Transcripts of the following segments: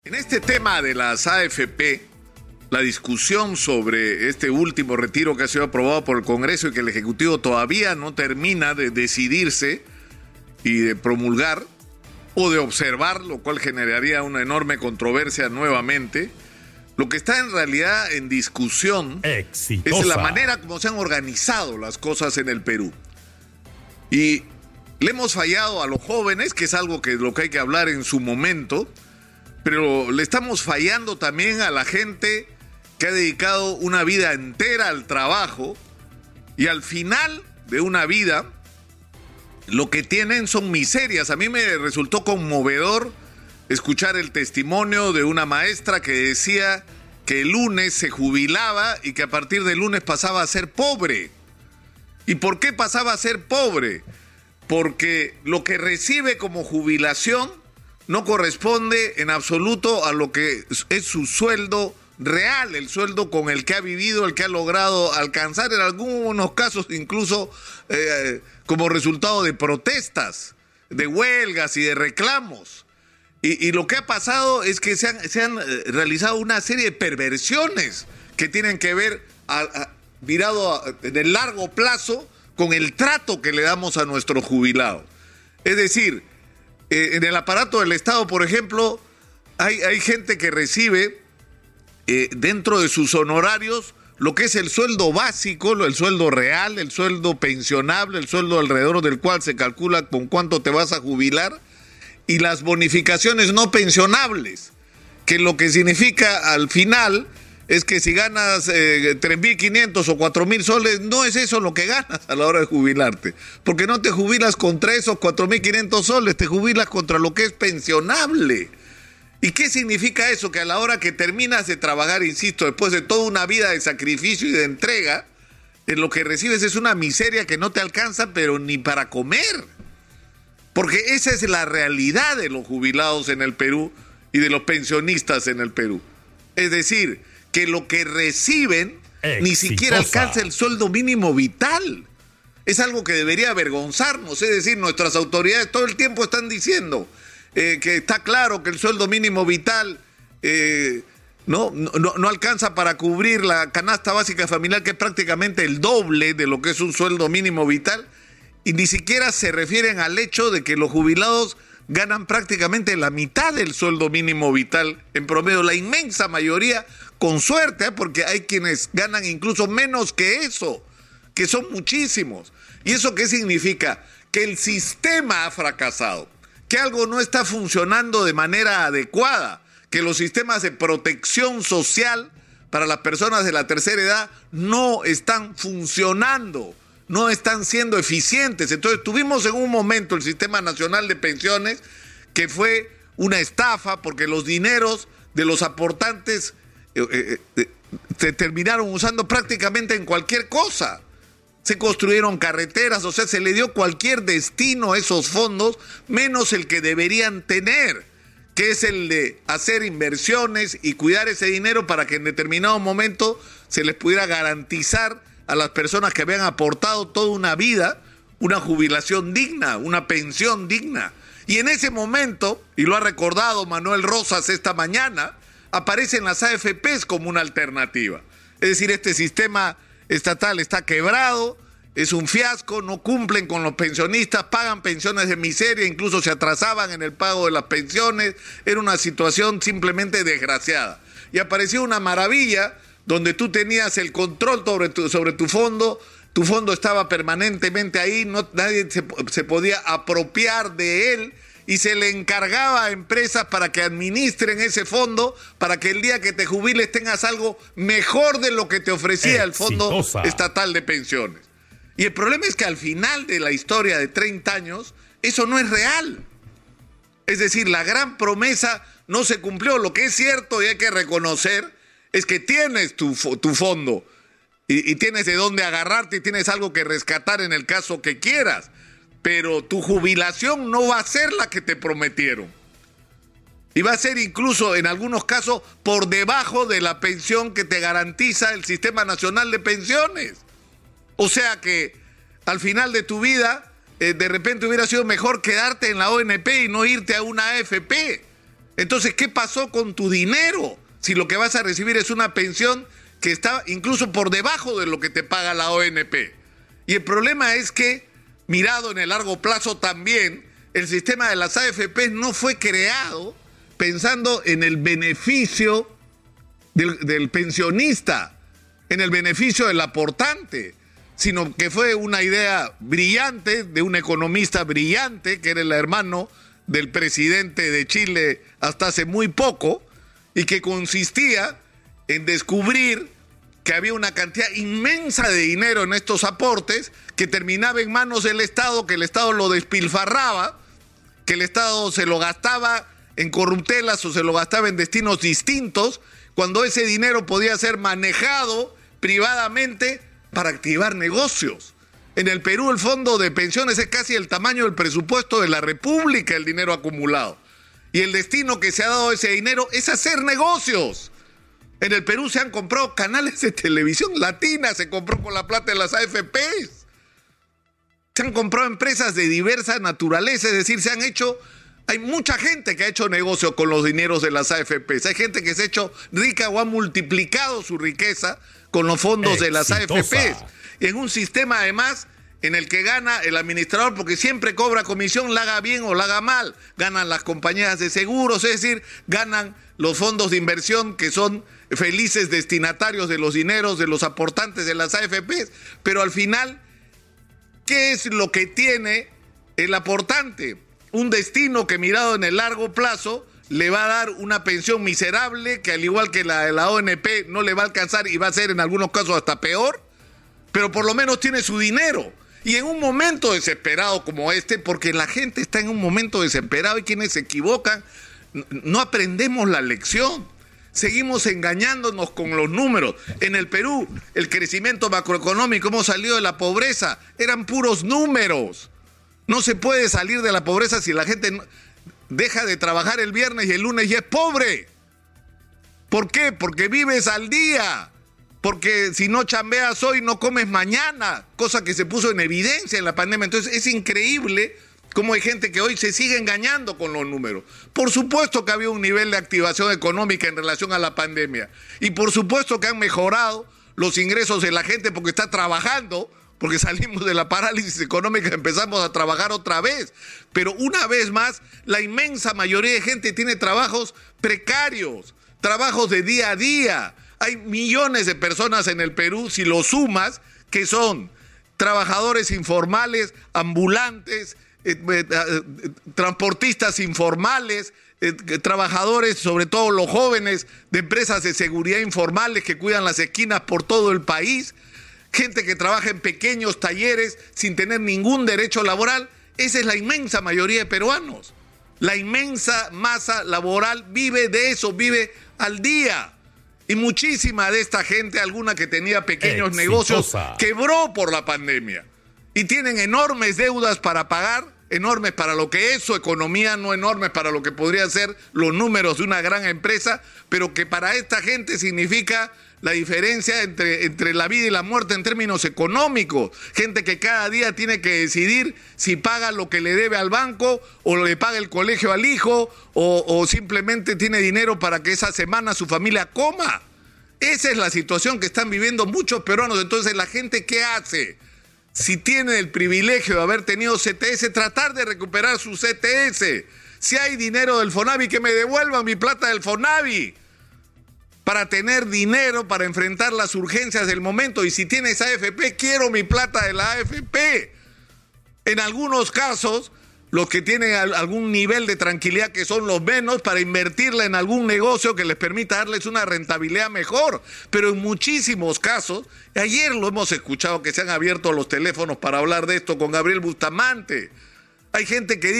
En este tema de las AFP, la discusión sobre este último retiro que ha sido aprobado por el Congreso y que el Ejecutivo todavía no termina de decidirse y de promulgar o de observar, lo cual generaría una enorme controversia nuevamente. Lo que está en realidad en discusión es la manera como se han organizado las cosas en el Perú. Y le hemos fallado a los jóvenes, que es algo que lo que hay que hablar en su momento, pero le estamos fallando también a la gente que ha dedicado una vida entera al trabajo y al final de una vida lo que tienen son miserias. A mí me resultó conmovedor escuchar el testimonio de una maestra que decía que el lunes se jubilaba y que a partir del lunes pasaba a ser pobre. ¿Y por qué pasaba a ser pobre? Porque lo que recibe como jubilación no corresponde en absoluto a lo que es su sueldo real, el sueldo con el que ha vivido, el que ha logrado alcanzar, en algunos casos incluso como resultado de protestas, de huelgas y de reclamos. Y lo que ha pasado es que se han realizado una serie de perversiones que tienen que ver, mirado en el largo plazo, con el trato que le damos a nuestros jubilados. Es decir, en el aparato del Estado, por ejemplo, hay gente que recibe dentro de sus honorarios lo que es el sueldo básico, el sueldo real, el sueldo pensionable, el sueldo alrededor del cual se calcula con cuánto te vas a jubilar, y las bonificaciones no pensionables, que lo que significa al final es que si ganas 3.500 o 4.000 soles, no es eso lo que ganas a la hora de jubilarte, porque no te jubilas contra esos 4.500 soles, te jubilas contra lo que es pensionable. ¿Y qué significa eso? Que a la hora que terminas de trabajar, insisto, después de toda una vida de sacrificio y de entrega, lo que recibes es una miseria que no te alcanza, pero ni para comer. Porque esa es la realidad de los jubilados en el Perú y de los pensionistas en el Perú. Es decir, que lo que reciben ni siquiera alcanza el sueldo mínimo vital. Es algo que debería avergonzarnos. Es decir, nuestras autoridades todo el tiempo están diciendo que está claro que el sueldo mínimo vital no alcanza para cubrir la canasta básica familiar, que es prácticamente el doble de lo que es un sueldo mínimo vital, y ni siquiera se refieren al hecho de que los jubilados ganan prácticamente la mitad del sueldo mínimo vital en promedio, la inmensa mayoría, con suerte, porque hay quienes ganan incluso menos que eso, que son muchísimos. ¿Y eso qué significa? Que el sistema ha fracasado, que algo no está funcionando de manera adecuada, que los sistemas de protección social para las personas de la tercera edad no están funcionando, no están siendo eficientes. Entonces tuvimos en un momento el Sistema Nacional de Pensiones, que fue una estafa, porque los dineros de los aportantes se terminaron usando prácticamente en cualquier cosa. Se construyeron carreteras, o sea, se le dio cualquier destino a esos fondos, menos el que deberían tener, que es el de hacer inversiones y cuidar ese dinero para que en determinado momento se les pudiera garantizar a las personas que habían aportado toda una vida una jubilación digna, una pensión digna. Y en ese momento, y lo ha recordado Manuel Rosas esta mañana, aparecen las AFPs como una alternativa. Es decir, este sistema estatal está quebrado, es un fiasco, no cumplen con los pensionistas, pagan pensiones de miseria, incluso se atrasaban en el pago de las pensiones, era una situación simplemente desgraciada. Y apareció una maravilla donde tú tenías el control sobre tu fondo estaba permanentemente ahí, nadie se podía apropiar de él, y se le encargaba a empresas para que administren ese fondo, para que el día que te jubiles tengas algo mejor de lo que te ofrecía el Fondo Estatal de Pensiones. Y el problema es que al final de la historia de 30 años, eso no es real. Es decir, la gran promesa no se cumplió. Lo que es cierto y hay que reconocer es que tienes tu fondo y tienes de dónde agarrarte y tienes algo que rescatar en el caso que quieras. Pero tu jubilación no va a ser la que te prometieron. Y va a ser incluso en algunos casos por debajo de la pensión que te garantiza el Sistema Nacional de Pensiones. O sea que al final de tu vida, de repente hubiera sido mejor quedarte en la ONP y no irte a una AFP. Entonces, ¿qué pasó con tu dinero? Si lo que vas a recibir es una pensión que está incluso por debajo de lo que te paga la ONP. Y el problema es que, mirado en el largo plazo también, el sistema de las AFP no fue creado pensando en el beneficio del pensionista, en el beneficio del aportante, sino que fue una idea brillante de un economista brillante, que era el hermano del presidente de Chile hasta hace muy poco, y que consistía en descubrir que había una cantidad inmensa de dinero en estos aportes que terminaba en manos del Estado, que el Estado lo despilfarraba, que el Estado se lo gastaba en corruptelas o se lo gastaba en destinos distintos, cuando ese dinero podía ser manejado privadamente para activar negocios. En el Perú el fondo de pensiones es casi el tamaño del presupuesto de la República, el dinero acumulado. Y el destino que se ha dado a ese dinero es hacer negocios. En el Perú se han comprado canales de televisión latina, se compró con la plata de las AFPs. Se han comprado empresas de diversa naturaleza, es decir, hay mucha gente que ha hecho negocio con los dineros de las AFPs. Hay gente que se ha hecho rica o ha multiplicado su riqueza con los fondos de las AFPs. Y en un sistema además en el que gana el administrador porque siempre cobra comisión, la haga bien o la haga mal. Ganan las compañías de seguros, es decir, ganan los fondos de inversión que son felices destinatarios de los dineros de los aportantes de las AFPs. Pero al final, ¿qué es lo que tiene el aportante? Un destino que mirado en el largo plazo le va a dar una pensión miserable que al igual que la de la ONP no le va a alcanzar y va a ser en algunos casos hasta peor, pero por lo menos tiene su dinero. Y en un momento desesperado como este, porque la gente está en un momento desesperado y quienes se equivocan, no aprendemos la lección. Seguimos engañándonos con los números. En el Perú, el crecimiento macroeconómico, hemos salido de la pobreza, eran puros números. No se puede salir de la pobreza si la gente deja de trabajar el viernes y el lunes ya es pobre. ¿Por qué? Porque vives al día. Porque si no chambeas hoy, no comes mañana. Cosa que se puso en evidencia en la pandemia. Entonces es increíble cómo hay gente que hoy se sigue engañando con los números. Por supuesto que había un nivel de activación económica en relación a la pandemia. Y por supuesto que han mejorado los ingresos de la gente porque está trabajando, porque salimos de la parálisis económica y empezamos a trabajar otra vez. Pero una vez más, la inmensa mayoría de gente tiene trabajos precarios, trabajos de día a día. Hay millones de personas en el Perú, si lo sumas, que son trabajadores informales, ambulantes, transportistas informales, trabajadores, sobre todo los jóvenes, de empresas de seguridad informales que cuidan las esquinas por todo el país, gente que trabaja en pequeños talleres sin tener ningún derecho laboral. Esa es la inmensa mayoría de peruanos. La inmensa masa laboral vive de eso, vive al día. Y muchísima de esta gente, alguna que tenía pequeños negocios, quebró por la pandemia. Y tienen enormes deudas para pagar, enormes para lo que es su economía, no enormes para lo que podrían ser los números de una gran empresa, pero que para esta gente significa la diferencia entre la vida y la muerte en términos económicos. Gente que cada día tiene que decidir si paga lo que le debe al banco o le paga el colegio al hijo o simplemente tiene dinero para que esa semana su familia coma. Esa es la situación que están viviendo muchos peruanos. Entonces, ¿la gente qué hace? Si tiene el privilegio de haber tenido CTS, tratar de recuperar su CTS. Si hay dinero del FONAVI, que me devuelvan mi plata del FONAVI, para tener dinero para enfrentar las urgencias del momento. Y si tienes AFP, quiero mi plata de la AFP. En algunos casos, los que tienen algún nivel de tranquilidad, que son los menos, para invertirla en algún negocio que les permita darles una rentabilidad mejor. Pero en muchísimos casos, ayer lo hemos escuchado que se han abierto los teléfonos para hablar de esto con Gabriel Bustamante. Hay gente que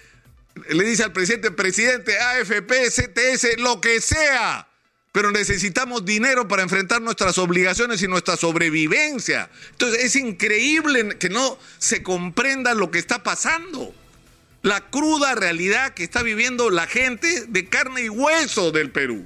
le dice al presidente, AFP, CTS, lo que sea, pero necesitamos dinero para enfrentar nuestras obligaciones y nuestra sobrevivencia. Entonces es increíble que no se comprenda lo que está pasando. La cruda realidad que está viviendo la gente de carne y hueso del Perú.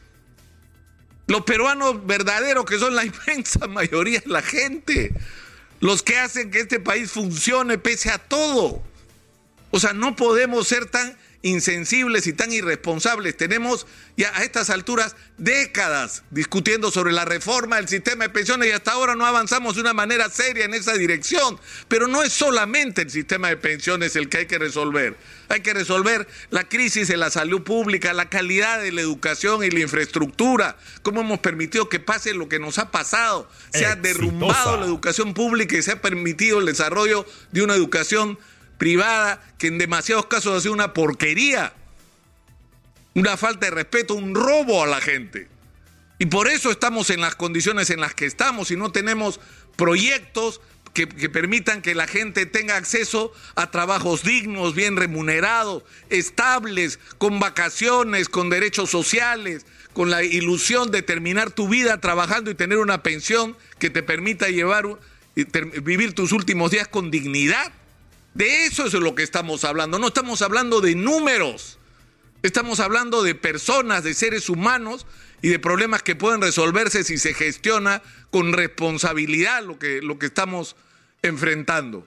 Los peruanos verdaderos, que son la inmensa mayoría de la gente. Los que hacen que este país funcione pese a todo. O sea, no podemos ser tan insensibles y tan irresponsables. Tenemos ya a estas alturas décadas discutiendo sobre la reforma del sistema de pensiones y hasta ahora no avanzamos de una manera seria en esa dirección. Pero no es solamente el sistema de pensiones el que hay que resolver. Hay que resolver la crisis de la salud pública, la calidad de la educación y la infraestructura. Cómo hemos permitido que pase lo que nos ha pasado. Se ha derrumbado la educación pública y se ha permitido el desarrollo de una educación privada que en demasiados casos ha sido una porquería, una falta de respeto, un robo a la gente. Y por eso estamos en las condiciones en las que estamos y no tenemos proyectos que permitan que la gente tenga acceso a trabajos dignos, bien remunerados, estables, con vacaciones, con derechos sociales, con la ilusión de terminar tu vida trabajando y tener una pensión que te permita vivir tus últimos días con dignidad. De eso es de lo que estamos hablando. No estamos hablando de números. Estamos hablando de personas, de seres humanos y de problemas que pueden resolverse si se gestiona con responsabilidad lo que estamos enfrentando.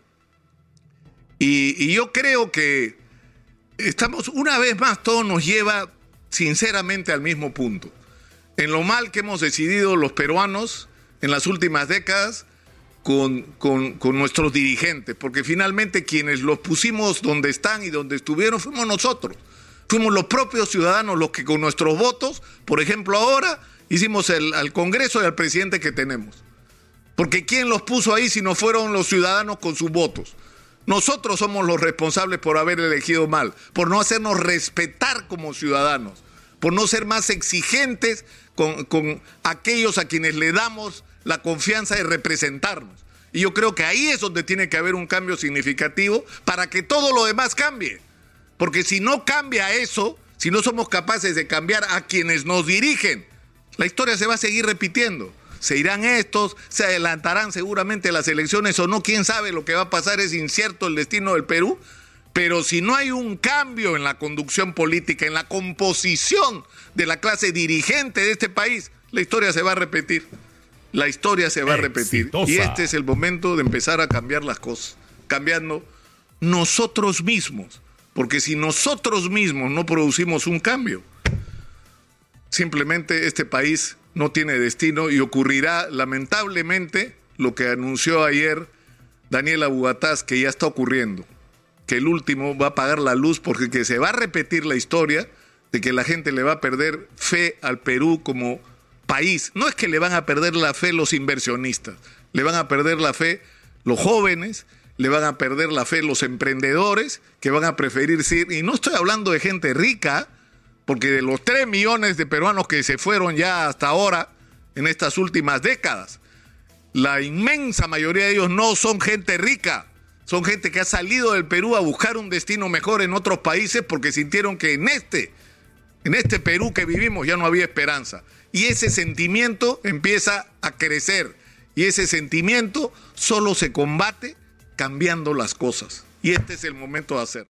Y yo creo que estamos, una vez más, todo nos lleva sinceramente al mismo punto. En lo mal que hemos decidido los peruanos en las últimas décadas con nuestros dirigentes, porque finalmente quienes los pusimos donde están y donde estuvieron fuimos nosotros. Fuimos los propios ciudadanos los que con nuestros votos, por ejemplo ahora, hicimos al Congreso y al presidente que tenemos. Porque ¿quién los puso ahí si no fueron los ciudadanos con sus votos? Nosotros somos los responsables por haber elegido mal, por no hacernos respetar como ciudadanos, por no ser más exigentes con aquellos a quienes le damos la confianza de representarnos. Y yo creo que ahí es donde tiene que haber un cambio significativo para que todo lo demás cambie. Porque si no cambia eso, si no somos capaces de cambiar a quienes nos dirigen, la historia se va a seguir repitiendo. Se irán estos, se adelantarán seguramente las elecciones o no, quién sabe lo que va a pasar, es incierto el destino del Perú. Pero si no hay un cambio en la conducción política, en la composición de la clase dirigente de este país, la historia se va a repetir. La historia se va a repetir. Y este es el momento de empezar a cambiar las cosas, cambiando nosotros mismos. Porque si nosotros mismos no producimos un cambio, simplemente este país no tiene destino y ocurrirá lamentablemente lo que anunció ayer Daniela Bugatás, que ya está ocurriendo, que el último va a apagar la luz porque que se va a repetir la historia de que la gente le va a perder fe al Perú como país. No es que le van a perder la fe los inversionistas, le van a perder la fe los jóvenes, le van a perder la fe los emprendedores, que van a preferir ir, y no estoy hablando de gente rica, porque de los 3 millones de peruanos que se fueron ya hasta ahora, en estas últimas décadas, la inmensa mayoría de ellos no son gente rica, son gente que ha salido del Perú a buscar un destino mejor en otros países porque sintieron que en este Perú que vivimos ya no había esperanza. Y ese sentimiento empieza a crecer, y ese sentimiento solo se combate cambiando las cosas. Y este es el momento de hacer.